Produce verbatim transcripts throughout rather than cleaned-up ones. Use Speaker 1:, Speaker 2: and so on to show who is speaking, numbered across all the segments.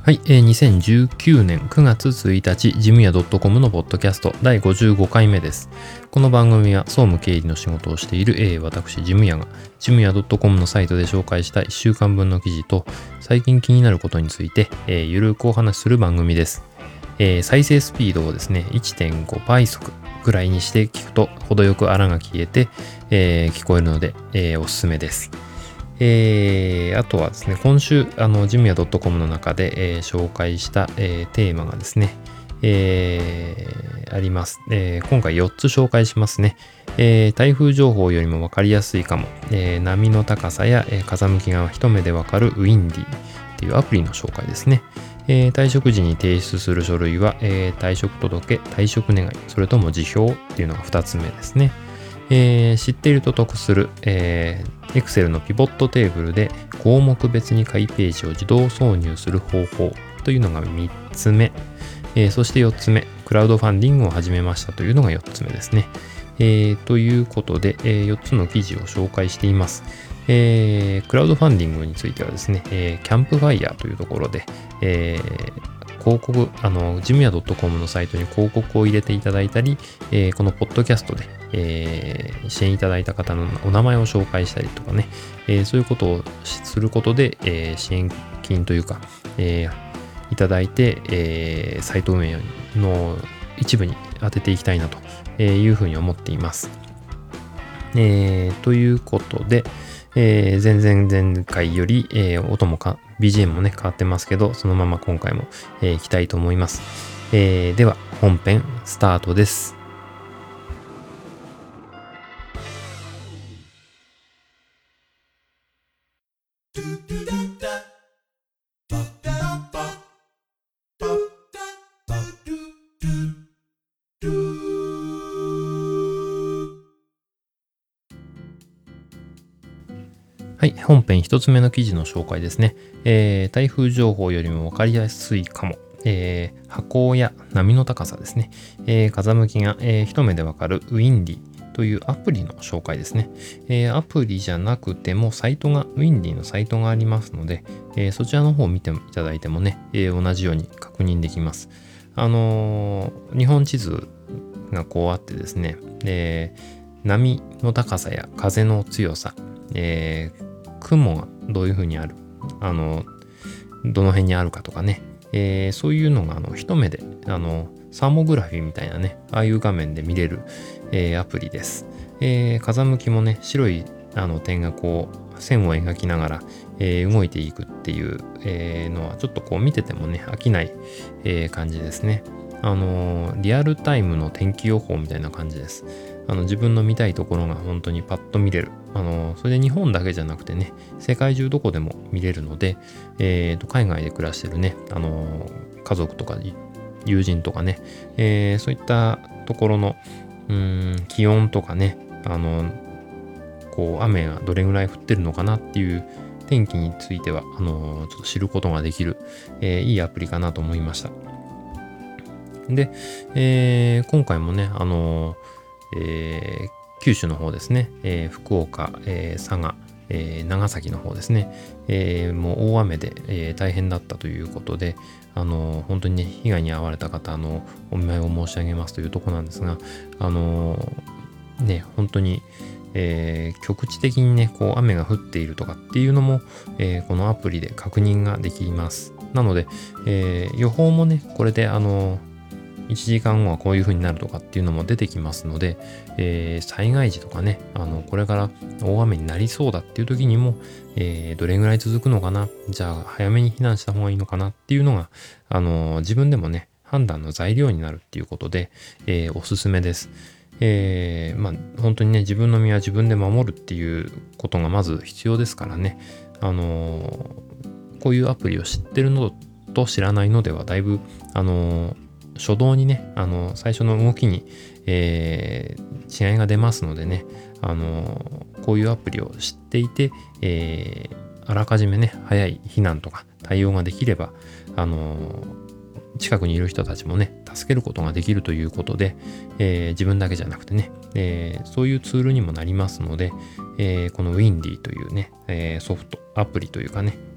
Speaker 1: はい、えー、にせんじゅうきゅうねんくがつついたち、ジムヤ .com のポッドキャストだいごじゅうごかいめです。この番組は総務経理の仕事をしている、えー、私、ジムヤが、ジムヤ .com のサイトで紹介したいっしゅうかんぶんの記事と、最近気になることについて、えー、ゆるくお話しする番組です。えー、再生スピードをですね、いってんごばいそくぐらいにして聞くと、程よくあらが消えて、えー、聞こえるので、えー、おすすめです。えー、あとはですね、今週、あの、ジムヤ .com の中で、えー、紹介した、えー、テーマがですね、えー、あります、えー。今回よっつ紹介しますね。えー、台風情報よりも分かりやすいかも。えー、波の高さや、えー、風向きが一目で分かるウィンディっていうアプリの紹介ですね。えー、退職時に提出する書類は、えー、退職届、退職願い、それとも辞表っていうのがふたつめですね。えー、知っていると得する、えー、Excel のピボットテーブルで項目別に下位ページを自動挿入する方法というのがみっつめ、えー、そしてよっつめ、クラウドファンディングを始めましたというのがよっつめですね。えー、ということで、えー、よっつの記事を紹介しています。えー、クラウドファンディングについてはですね、えー、キャンプファイヤーというところで、えー広告、あの、ジムヤ .com のサイトに広告を入れていただいたり、えー、このポッドキャストで、えー、支援いただいた方のお名前を紹介したりとかね、えー、そういうことをすることで、えー、支援金というか、えー、いただいて、えー、サイト運営の一部に当てていきたいなというふうに思っています。えー、ということで、えー、前々前回より、えー、音もか ビージーエム もね変わってますけど、そのまま今回も、えー、いきたいと思います。えー、では本編スタートです。はい、本編一つ目の記事の紹介ですね。えー、台風情報よりも分かりやすいかも。えー、波高や波の高さですね。えー、風向きが、えー、一目で分かるウィンディというアプリの紹介ですね。えー、アプリじゃなくてもサイトが、ウィンディのサイトがありますので、えー、そちらの方を見ていただいてもね、えー、同じように確認できます。あのー、日本地図がこうあってですね、えー、波の高さや風の強さ、えー雲がどういう風にある、あのどの辺にあるかとかね、えー、そういうのがあの一目であのサーモグラフィーみたいなね、ああいう画面で見れる、えー、アプリです。えー、風向きもね、白いあの点がこう線を描きながら、えー、動いていくっていう、えー、のはちょっとこう見ててもね飽きない、えー、感じですね。あのリアルタイムの天気予報みたいな感じです。あの自分の見たいところが本当にパッと見れる。あのそれで日本だけじゃなくてね、世界中どこでも見れるので、えー、と海外で暮らしてるね、あの家族とか友人とかね、えー、そういったところのうーん気温とかね、あのこう雨がどれぐらい降ってるのかなっていう天気についてはあのちょっと知ることができる、えー、いいアプリかなと思いました。で、えー、今回もね、あのえー、九州の方ですね、えー、福岡、えー、佐賀、えー、長崎の方ですね、えー、もう大雨で、えー、大変だったということで、あのー、本当にね、被害に遭われた方のお見舞いを申し上げますというところなんですが、あのー、ね、本当に、えー、局地的にね、こう雨が降っているとかっていうのも、えー、このアプリで確認ができます。なので、えー、予報もね、これであのーいちじかんごはこういう風になるとかっていうのも出てきますので、えー、災害時とかね、あのこれから大雨になりそうだっていう時にも、えー、どれぐらい続くのかな、じゃあ早めに避難した方がいいのかなっていうのが、あのー、自分でもね判断の材料になるっていうことで、えー、おすすめです。えー、まあ本当にね、自分の身は自分で守るっていうことがまず必要ですからね、あのー、こういうアプリを知ってるのと知らないのではだいぶあのー初動にね、あの最初の動きに、えー、違いが出ますのでね、あのこういうアプリを知っていて、えー、あらかじめね早い避難とか対応ができれば、あの近くにいる人たちもね助けることができるということで、えー、自分だけじゃなくてね、えー、そういうツールにもなりますので、えー、この ウィンディ というね、えー、ソフトアプリというかね、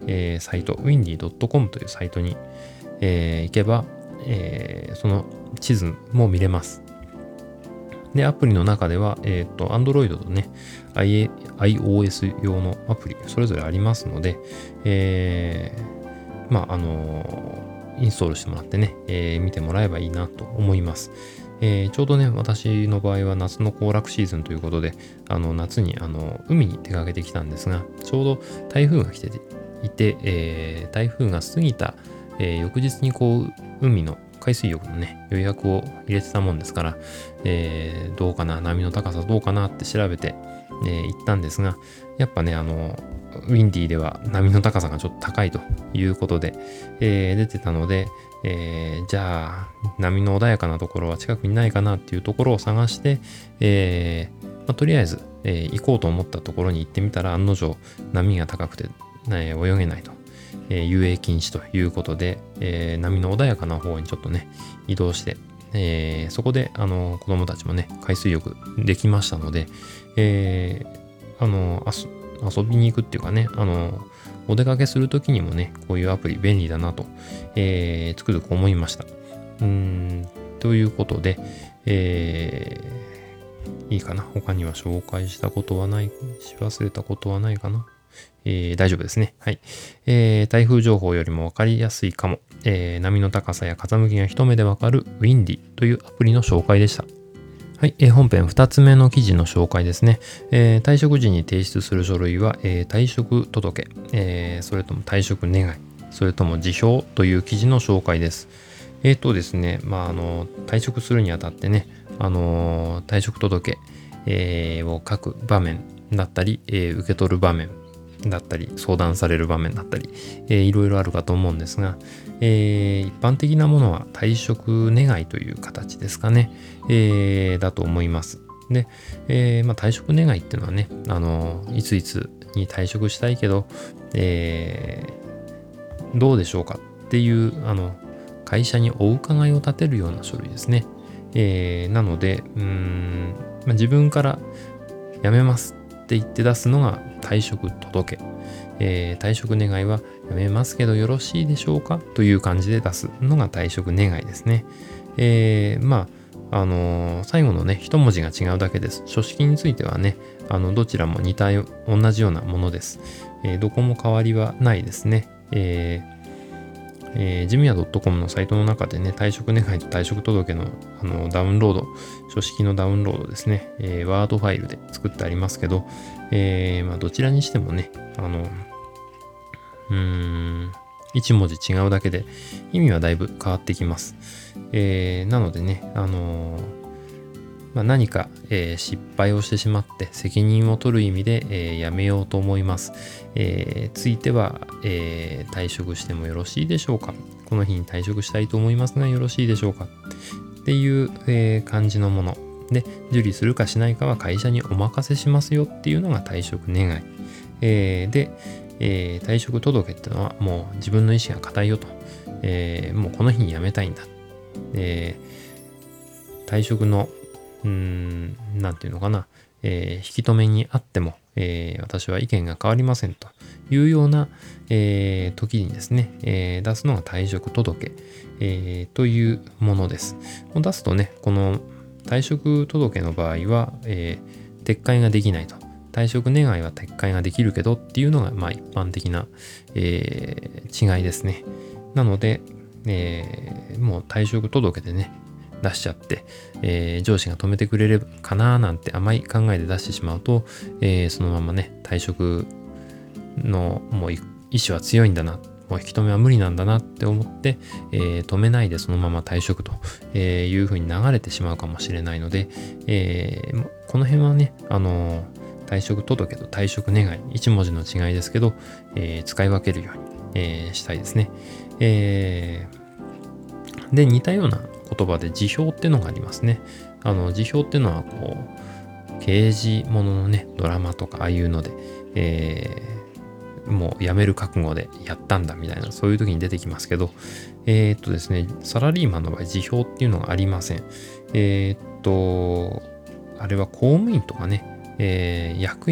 Speaker 1: えー、サイト ウィンディードットコム というサイトに、えー、行けば、えー、その地図も見れます。で、アプリの中では、えっと、Android とね、iOS 用のアプリ、それぞれありますので、えー、まあ、あのー、インストールしてもらってね、えー、見てもらえばいいなと思います。えー、ちょうどね、私の場合は夏の行楽シーズンということで、あの、夏に、あの、海に出かけてきたんですが、ちょうど台風が来ていて、えー、台風が過ぎた、えー、翌日にこう、海の海水浴のね、予約を入れてたもんですから、えー、どうかな、波の高さどうかなって調べて、えー、行ったんですが、やっぱね、あの、ウィンディーでは波の高さがちょっと高いということで、えー、出てたので、えー、じゃあ、波の穏やかなところは近くにないかなっていうところを探して、えーまあ、とりあえず、えー、行こうと思ったところに行ってみたら、案の定波が高くて、ね、泳げないと。えー、遊泳禁止ということで、えー、波の穏やかな方にちょっとね、移動して、えー、そこで、あの、子供たちもね、海水浴できましたので、えー、あの、遊びに行くっていうかね、あの、お出かけするときにもね、こういうアプリ便利だなと、えー、つくづく思いました。うーん、ということで、えー、いいかな。他には紹介したことはない、し忘れたことはないかな。えー、大丈夫ですね。はい、えー。台風情報よりもわかりやすいかも、えー。波の高さや風向きが一目でわかるウィンディというアプリの紹介でした。はい、えー、本編ふたつめの記事の紹介ですね。えー、退職時に提出する書類は、えー、退職届、えー、それとも退職願い、それとも辞表という記事の紹介です。えっとですね、まあ、あの、退職するにあたってね、あのー、退職届、えー、を書く場面だったり、えー、受け取る場面だったり、相談される場面だったり、えー、いろいろあるかと思うんですが、えー、一般的なものは退職願いという形ですかね、えー、だと思います。で、えーまあ、退職願いっていうのはね、あのいついつに退職したいけど、えー、どうでしょうかっていうあの会社にお伺いを立てるような書類ですね。えー、なのでうーん、まあ、自分から辞めますって言って出すのが退職届、えー、退職願いは辞めますけどよろしいでしょうかという感じで出すのが退職願いですね。えー、まああのー、最後のね一文字が違うだけです。書式についてはね、あのどちらも似たよ同じようなものです。えー、どこも変わりはないですね。えーえー、ジムヤ .com のサイトの中でね、退職願いと退職届の、あのダウンロード、書式のダウンロードですね、えー、ワードファイルで作ってありますけど、えーまあ、どちらにしてもね、あの、うーん、一文字違うだけで意味はだいぶ変わってきます。えー、なのでね、あのーまあ、何か、えー、失敗をしてしまって責任を取る意味で、えー、やめようと思います。えー、ついては、えー、退職してもよろしいでしょうか。この日に退職したいと思いますがよろしいでしょうか。っていう、えー、感じのもので、受理するかしないかは会社にお任せしますよっていうのが退職願い。えー、で、えー、退職届っていうのはもう自分の意思が固いよと。えー、もうこの日に辞めたいんだ。えー、退職のうーん、なんていうのかな、えー、引き止めにあっても、えー、私は意見が変わりませんというような、えー、時にですね、えー、出すのが退職届、えー、というものです。出すとね、この退職届の場合は、えー、撤回ができないと。退職願いは撤回ができるけどっていうのが、まあ一般的な、えー、違いですね。なので、えー、もう退職届でね、出しちゃって、えー、上司が止めてくれればかななんて甘い考えで出してしまうと、えー、そのままね退職のもう意志は強いんだな、もう引き止めは無理なんだなって思って、えー、止めないでそのまま退職というふうに流れてしまうかもしれないので、えー、この辺はね、あのー、退職届と退職願い一文字の違いですけど、えー、使い分けるように、えー、したいですね。えー、で似たような言葉で辞表ってのがありますね。あの辞表ってのはこう刑事もののねドラマとかああいうので、えー、もう辞める覚悟でやったんだみたいなそういう時に出てきますけど、えー、っとですねサラリーマンの場合辞表っていうのがありません。えー、っとあれは公務員とかね、えー、役員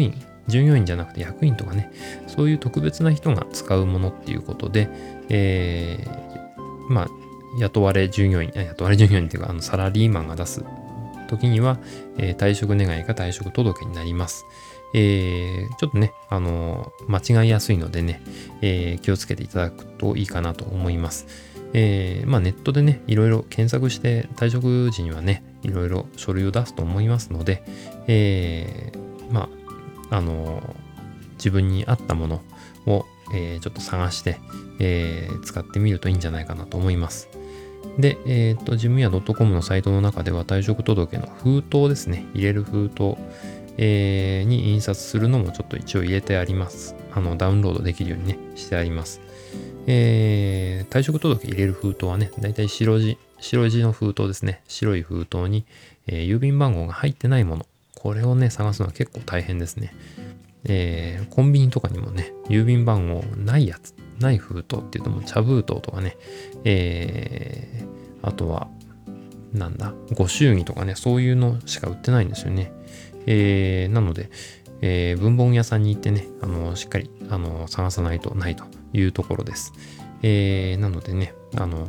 Speaker 1: 従業員じゃなくて役員とかね、そういう特別な人が使うものっていうことで、えー、まあ、雇われ従業員、雇われ従業員っていうか、あのサラリーマンが出す時には、えー、退職願か退職届になります。えー、ちょっとね、あのー、間違いやすいのでね、えー、気をつけていただくといいかなと思います。えー、まあネットでね、いろいろ検索して退職時にはね、いろいろ書類を出すと思いますので、えー、まあ、あのー、自分に合ったものを、えー、ちょっと探して、えー、使ってみるといいんじゃないかなと思います。で、えっと、ジムヤ .com のサイトの中では退職届の封筒ですね、入れる封筒、えー、に印刷するのもちょっと一応入れてあります。あの、ダウンロードできるようにね、してあります。えー、退職届入れる封筒はね、だいたい白地、白地の封筒ですね。白い封筒に、えー、郵便番号が入ってないもの。これをね、探すのは結構大変ですね。えー、コンビニとかにもね、郵便番号ないやつ、ない封筒っていうともう茶封筒とかね、えー、あとは、なんだ、ご祝儀とかね、そういうのしか売ってないんですよね。えー、なので、えー、文房具屋さんに行ってね、あのしっかりあの探さないとないというところです。えー、なのでね、あの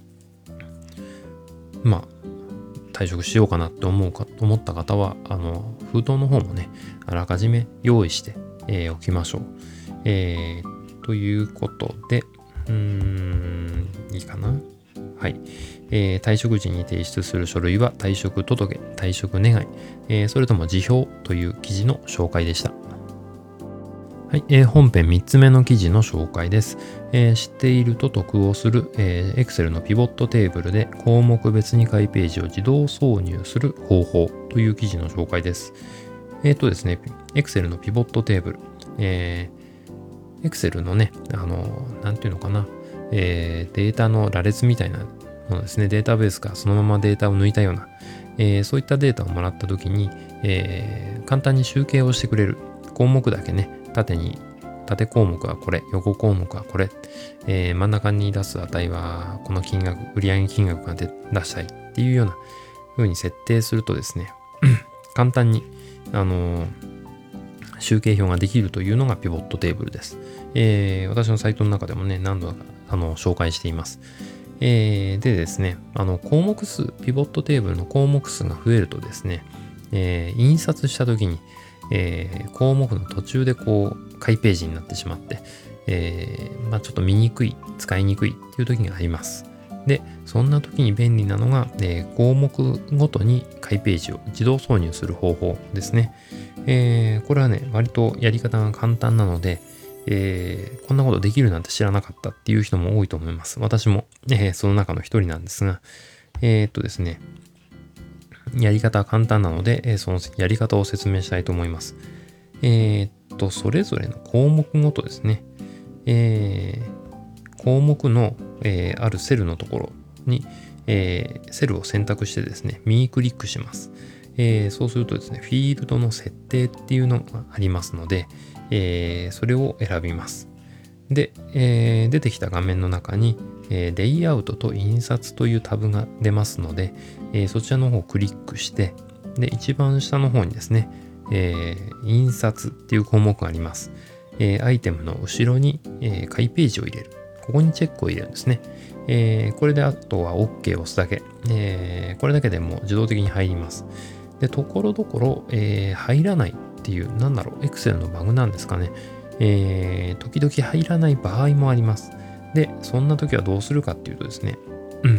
Speaker 1: まあ退職しようかなって思うか思った方は、あの封筒の方もね、あらかじめ用意して、えー、おきましょう。えー、ということで、うーん、いいかな。はい。えー、退職時に提出する書類は退職届、退職願い、えー、それとも辞表という記事の紹介でした。はい、えー、本編みっつめの記事の紹介です。えー、知っていると得をする、えー、Excel のピボットテーブルで項目別に開ページを自動挿入する方法という記事の紹介です。えっとですね、Excel のピボットテーブル、えー、Excel のね、あの、なんていうのかな、えー、データの羅列みたいなものですね、データベースからそのままデータを抜いたような、えー、そういったデータをもらったときに、えー、簡単に集計をしてくれる項目だけね、縦に、縦項目はこれ、横項目はこれ、えー、真ん中に出す値はこの金額、売上金額が出したいっていうような風に設定するとですね、簡単に、あのー、集計表ができるというのがピボットテーブルです。えー、私のサイトの中でもね、何度かあの紹介しています。えー、でですね、あの項目数、ピボットテーブルの項目数が増えるとですね、えー、印刷したときに、えー、項目の途中でこう、開ページになってしまって、えー、まあちょっと見にくい、使いにくいっていう時があります。で、そんな時に便利なのが、えー、項目ごとに開ページを自動挿入する方法ですね。えー、これはね、割とやり方が簡単なので、えー、こんなことできるなんて知らなかったっていう人も多いと思います。私も、えー、その中の一人なんですが、えー、っとですね、やり方は簡単なので、えー、そのやり方を説明したいと思います。えー、っと、それぞれの項目ごとですね、えー、項目の、えー、あるセルのところに、えー、セルを選択してですね、右クリックします。えー、そうするとですね、フィールドの設定っていうのがありますので、えー、それを選びます。で、えー、出てきた画面の中に、えー、レイアウトと印刷というタブが出ますので、えー、そちらの方をクリックして、で、一番下の方にですね、えー、印刷っていう項目があります。えー、アイテムの後ろに、えー、開ページを入れる。ここにチェックを入れるんですね。えー、これであとは OK を押すだけ。えー、これだけでもう自動的に入ります。で、ところどころ、えー、入らないっていう、なんだろう、Excel のバグなんですかね。えー、時々入らない場合もあります。で、そんな時はどうするかっていうとですね、うん。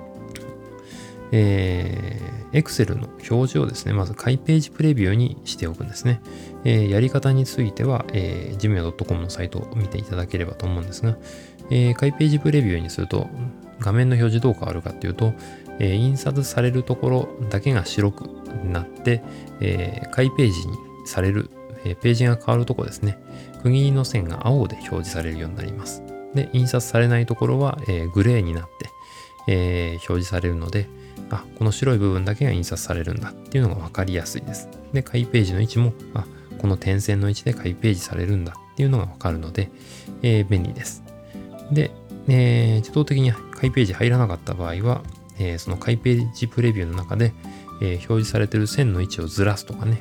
Speaker 1: えー、Excel の表示をですね、まず開ページプレビューにしておくんですね。えー、やり方については、えー、ジムヤ .com のサイトを見ていただければと思うんですが、えー、開ページプレビューにすると、画面の表示どう変わるかっていうと、えー、印刷されるところだけが白くなって、えー、開ページにされる、えー、ページが変わるところですね。区切りの線が青で表示されるようになります。で、印刷されないところは、えー、グレーになって、えー、表示されるので、あ、この白い部分だけが印刷されるんだっていうのが分かりやすいです。で、開ページの位置も、あ、この点線の位置で開ページされるんだっていうのが分かるので、えー、便利です。で、えー、自動的に開ページ入らなかった場合は、えー、その開ページプレビューの中で、えー、表示されている線の位置をずらすとかね、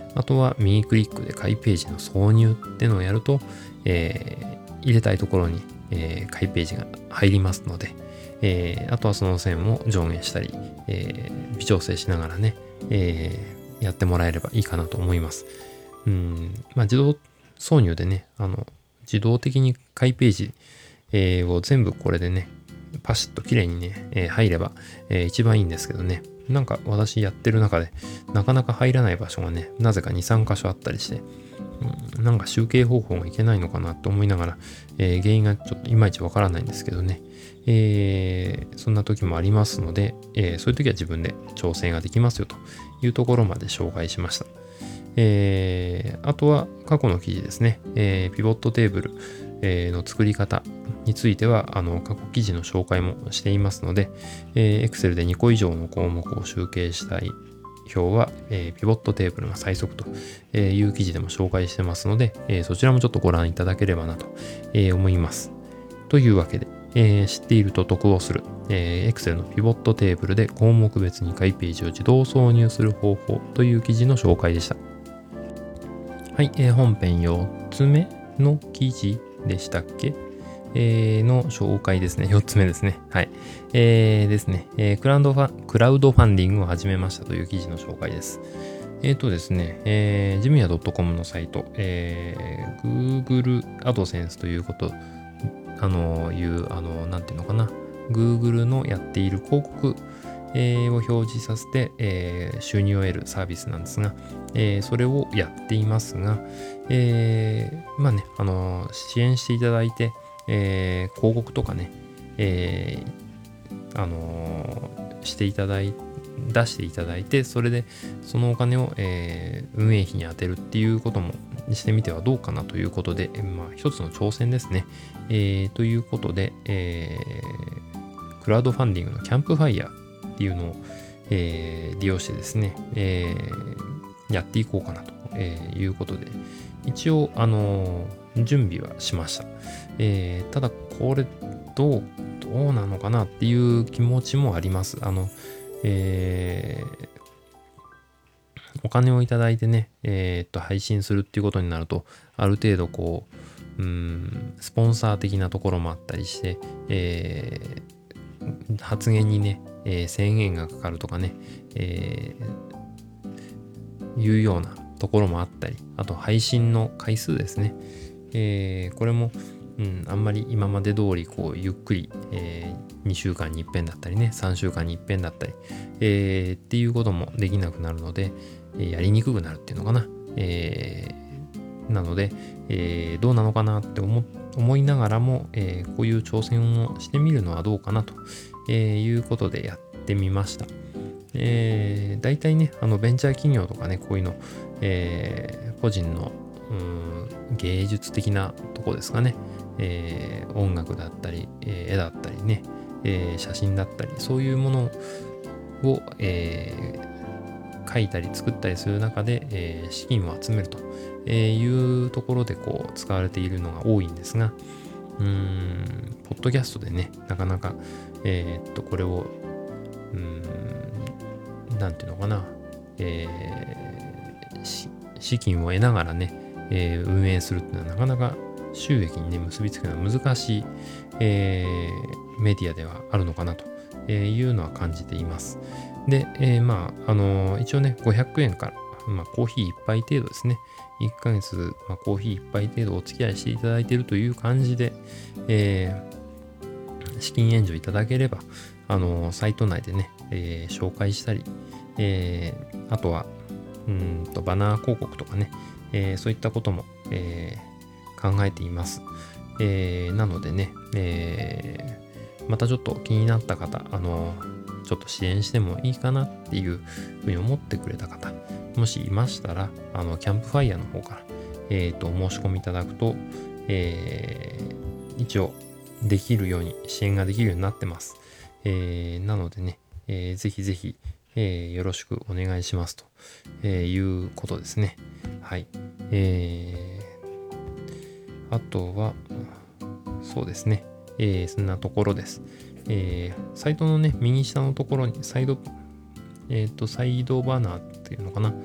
Speaker 1: あとは右クリックで買いページの挿入っていうのをやると、えー、入れたいところに、えー、買いページが入りますので、えー、あとはその線を上下したり、えー、微調整しながらね、えー、やってもらえればいいかなと思います。うん、まあ、自動挿入でね、あの自動的に買いページ、えー、を全部これでね、パシッと綺麗にね、えー、入れば、えー、一番いいんですけどね。なんか私やってる中でなかなか入らない場所がね、なぜかに、さん箇所あったりして、うん、なんか集計方法がいけないのかなと思いながら、えー、原因がちょっといまいちわからないんですけどね。えー、そんな時もありますので、えー、そういう時は自分で調整ができますよというところまで紹介しました。えー、あとは過去の記事ですね、えー、ピボットテーブル、えー、の作り方についてはあの過去記事の紹介もしていますので、えー、Excel でにこ以上の項目を集計したい表は、えー、ピボットテーブルが最速という記事でも紹介してますので、えー、そちらもちょっとご覧いただければなと思います。というわけで、えー、知っていると得をする、えー、Excel のピボットテーブルで項目別に買いページを自動挿入する方法という記事の紹介でした。はい、えー、本編よっつめの記事でしたっけ、えー、の紹介ですね。よっつめですね。はい。えー、ですね、えークラウドファ。クラウドファンディングを始めましたという記事の紹介です。えっ、ー、とですね、えー、ジムヤ .com のサイト、えー、Google AdSense ということ、あの、いう、あの、なんていうのかな、Google のやっている広告、えー、を表示させて、えー、収入を得るサービスなんですが、えー、それをやっていますが、えー、まあね、あのー、支援していただいて、えー、広告とかね、えー、あのー、していただい出していただいて、それでそのお金を、えー、運営費に充てるっていうこともしてみてはどうかなということで、まあ一つの挑戦ですね。えー、ということで、えー、クラウドファンディングのキャンプファイヤーっていうのを、えー、利用してですね、えー、やっていこうかなと、えー、いうことで、一応、あのー、準備はしました。えー、ただ、これ、どう、どうなのかなっていう気持ちもあります。あの、えー、お金をいただいてね、えー、っと、配信するっていうことになると、ある程度こう、うーん、スポンサー的なところもあったりして、えー、発言にね、えー、制限がかかるとかね、えー、いうようなところもあったり、あと配信の回数ですね。えー、これも、うん、あんまり今まで通りこうゆっくり、えー、にしゅうかんに一遍だったりね、さんしゅうかんに一遍だったり、えー、っていうこともできなくなるので、えー、やりにくくなるっていうのかな。えー、なので、えー、どうなのかなって思思いながらも、えー、こういう挑戦をしてみるのはどうかなと、えー、いうことでやってみました。えー、大体ね、あのベンチャー企業とかね、こういうの、えー、個人のうーん芸術的なとこですかね、えー、音楽だったり、えー、絵だったりね、えー、写真だったり、そういうものを、えー、描いたり作ったりする中で、えー、資金を集めるというところでこう使われているのが多いんですが、うーん、ポッドキャストでね、なかなか、えー、っと、これを、うーん、なんていうのかな、えー、資金を得ながらね、えー、運営するっていうのはなかなか収益にね、結びつくのは難しい、えー、メディアではあるのかなというのは感じています。で、えー、まあ、あのー、一応ね、ごひゃくえんから、まあ、コーヒー一杯程度ですね。いっかげつ、まあ、コーヒー一杯程度お付き合いしていただいているという感じで、えー、資金援助いただければ、あのー、サイト内でね、えー、紹介したり、えー、あとは、うんとバナー広告とかね、えー、そういったことも、えー、考えています。えー、なのでね、えー、またちょっと気になった方、あのちょっと支援してもいいかなっていうふうに思ってくれた方、もしいましたら、あのキャンプファイヤーの方から、えー、とお申し込みいただくと、えー、一応できるように支援ができるようになってます。えー、なのでね、えー、ぜひぜひ、えー、よろしくお願いしますと、えー、いうことですね。はい。えー、あとは、そうですね。えー、そんなところです。えー、サイトのね、右下のところにサイド、えっと、サイドバナーっていうのかな。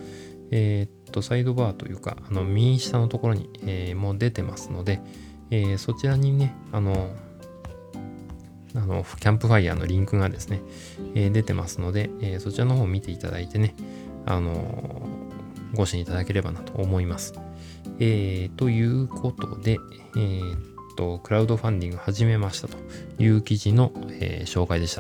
Speaker 1: えーっと、サイドバーというか、あの右下のところに、えーもう出てますので、えーそちらにね、あの、あのキャンプファイヤーのリンクがですね、えー出てますので、えーそちらの方を見ていただいてね、あのーご支援いただければなと思います。えーということで、えーっと、クラウドファンディング始めましたという記事の、えー紹介でした。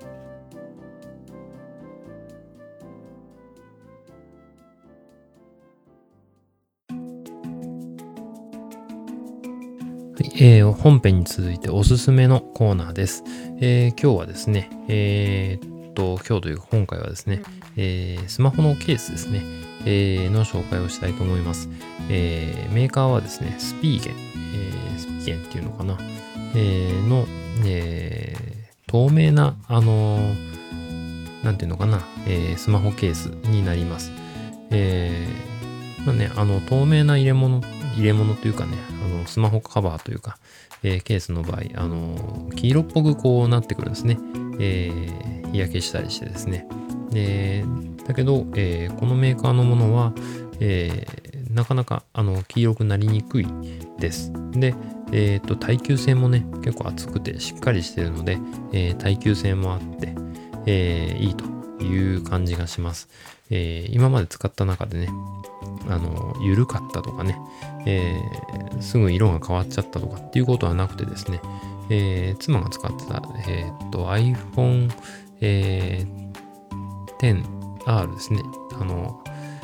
Speaker 1: えー本編に続いておすすめのコーナーです。えー今日はですね、えーっと、今日というか今回はですね、えースマホのケースですね、えーの紹介をしたいと思います。えーメーカーはですね、スピーゲン、えースピーゲンっていうのかな、えーの、えー透明な、あのーなんていうのかな、えースマホケースになります。えーまあね、あの、透明な入れ物、入れ物というかね、あの、スマホカバーというか、えーケースの場合、あの、黄色っぽくこうなってくるんですね。えー日焼けしたりしてですね。で、だけど、えーこのメーカーのものは、えーなかなか、あの、黄色くなりにくいです。で、えっと、耐久性もね、結構厚くてしっかりしてるので、えー耐久性もあって、えーいいという感じがします。えー今まで使った中でね、あの、緩かったとかね、えーすぐ色が変わっちゃったとかっていうことはなくてですね、えー妻が使ってた、えーっと、iPhone、えー テンアール ですね、あの、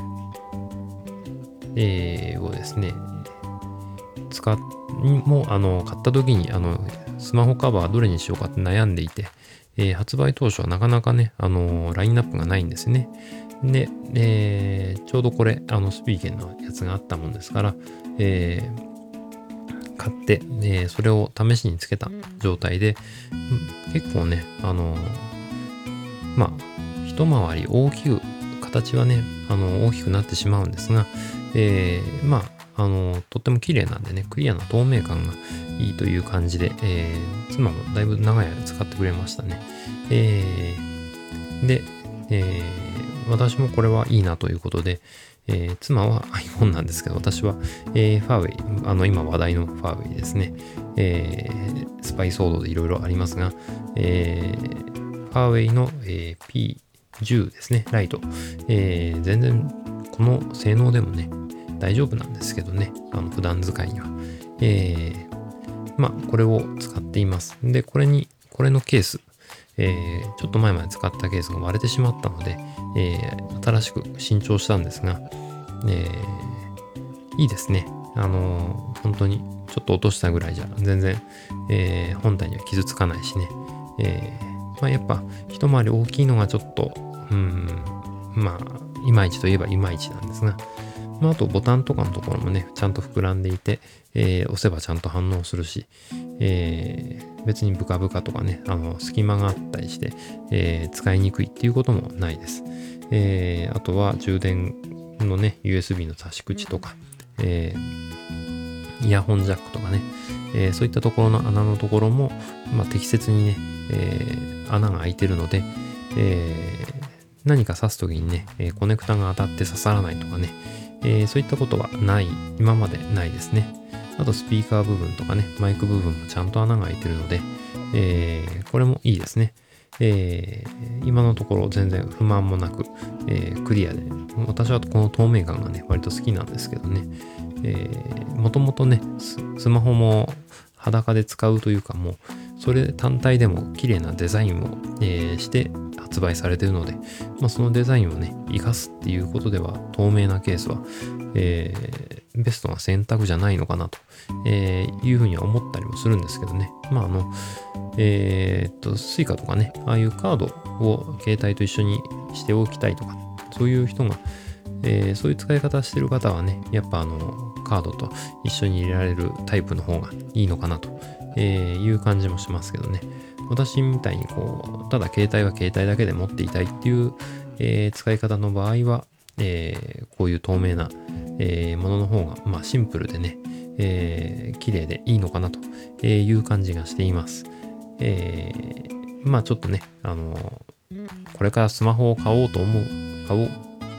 Speaker 1: えーをですね、使っ、もう、あの、買った時に、あの、スマホカバーどれにしようかって悩んでいて、えー発売当初はなかなかね、あのラインナップがないんですね。で、えーちょうどこれ、あの、スピーケンのやつがあったもんですから、えー買って、えーそれを試しにつけた状態で、うん結構ね、あのまあ、一回り大きく、形はね、あの、大きくなってしまうんですが、えーまあ、あの、とっても綺麗なんでね、クリアな透明感がいいという感じで、えー妻もだいぶ長い間使ってくれましたね。えーで、えー私もこれはいいなということで、えー妻は iPhone なんですけど、私は、えーファーウェイ、あの、今話題のファーウェイですね。えースパイソードでいろいろありますが、えーファーウェイの、えー ピーじゅう ですね、ライト。えー全然この性能でもね、大丈夫なんですけどね、あの普段使いには。えーまあ、これを使っています。で、これに、これのケース、えーちょっと前まで使ったケースが割れてしまったので、えー新しく新調したんですが、えーいいですね。あのー本当にちょっと落としたぐらいじゃ全然、えー本体には傷つかないしね。えーまあ、やっぱ一回り大きいのがちょっと、うん、まあ、いまいちといえばいまいちなんですが、まあ、あとボタンとかのところもね、ちゃんと膨らんでいて、えー押せばちゃんと反応するし、えー別にブカブカとかね、あの、隙間があったりして、えー使いにくいっていうこともないです。えーあとは充電のね、ユーエスビー の差し口とか、えーイヤホンジャックとかね、えーそういったところの穴のところも、まあ、適切にね、えー穴が開いてるので、えー何か挿すときにね、えーコネクタが当たって刺さらないとかね、えーそういったことはない、今までないですね。あとスピーカー部分とかね、マイク部分もちゃんと穴が開いてるので、えーこれもいいですね。えー今のところ全然不満もなく、えークリアで、私はこの透明感がね、割と好きなんですけどね、えー、もともとねス、スマホも裸で使うというかもう、それ単体でも綺麗なデザインを、えーして発売されているので、まあ、そのデザインをね、活かすっていうことでは、透明なケースは、えーベストな選択じゃないのかなと、えーいうふうには思ったりもするんですけどね。まあ、あの、えーっと、スイカとかね、ああいうカードを携帯と一緒にしておきたいとか、そういう人が、えーそういう使い方してる方はね、やっぱあの、カードと一緒に入れられるタイプの方がいいのかなと、えーいう感じもしますけどね。私みたいにこう、ただ携帯は携帯だけで持っていたいっていう、えー使い方の場合は、えーこういう透明な、えーものの方が、まあシンプルでね、えー綺麗でいいのかなという感じがしています。えーまあちょっとね、あのこれからスマホを買おうと思う、買おう、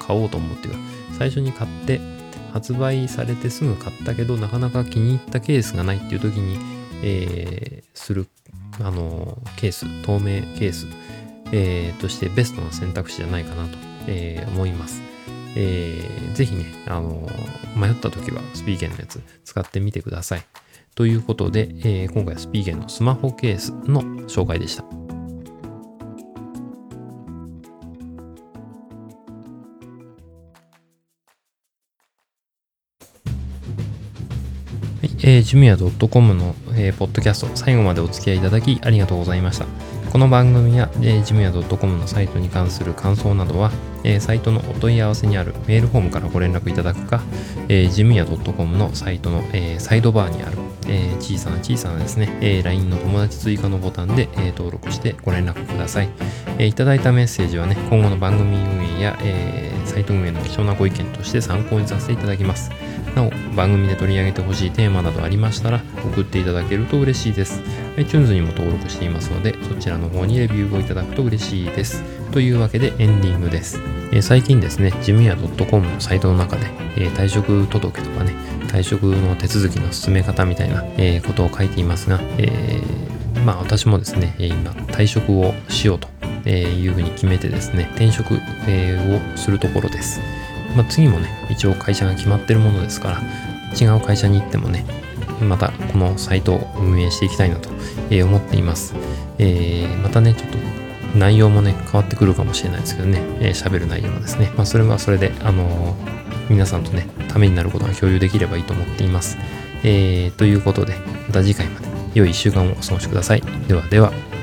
Speaker 1: 買おうと思うっていうか、最初に買って発売されてすぐ買ったけどなかなか気に入ったケースがないっていう時に、えー、するあのケース、透明ケース、えー、としてベストな選択肢じゃないかなと、えー、思います。えー、ぜひね、あの迷った時はスピーゲンのやつ使ってみてください。ということで、えー、今回はスピーゲンのスマホケースの紹介でした。えー、ジュミヤ .com の、えー、ポッドキャスト最後までお付き合いいただきありがとうございました。この番組や、えー、ジュミヤ .com のサイトに関する感想などは、えー、サイトのお問い合わせにあるメールフォームからご連絡いただくか、えー、ジュミヤ .com のサイトの、えー、サイドバーにある、えー、小さな小さなですね、えー、ライン の友達追加のボタンで、えー、登録してご連絡ください。えー、いただいたメッセージはね、今後の番組運営や、えー、サイト運営の貴重なご意見として参考にさせていただきます。なお、番組で取り上げてほしいテーマなどありましたら送っていただけると嬉しいです。iTunes にも登録していますので、そちらの方にレビューをいただくと嬉しいです。というわけでエンディングです。えー、最近ですね、ジムヤ .com のサイトの中で、えー、退職届とかね、退職の手続きの進め方みたいな、えー、ことを書いていますが、えー、まあ私もですね、今退職をしようというふうに決めてですね、転職、えー、をするところです。まあ、次もね、一応会社が決まってるものですから、違う会社に行ってもね、またこのサイトを運営していきたいなと思っています。えー、またね、ちょっと内容もね、変わってくるかもしれないですけどね、えー、喋る内容もですね、まあ、それはそれで、あのー、皆さんとね、ためになることが共有できればいいと思っています。えー、ということで、また次回まで良いいっしゅうかんをお過ごしください。ではでは。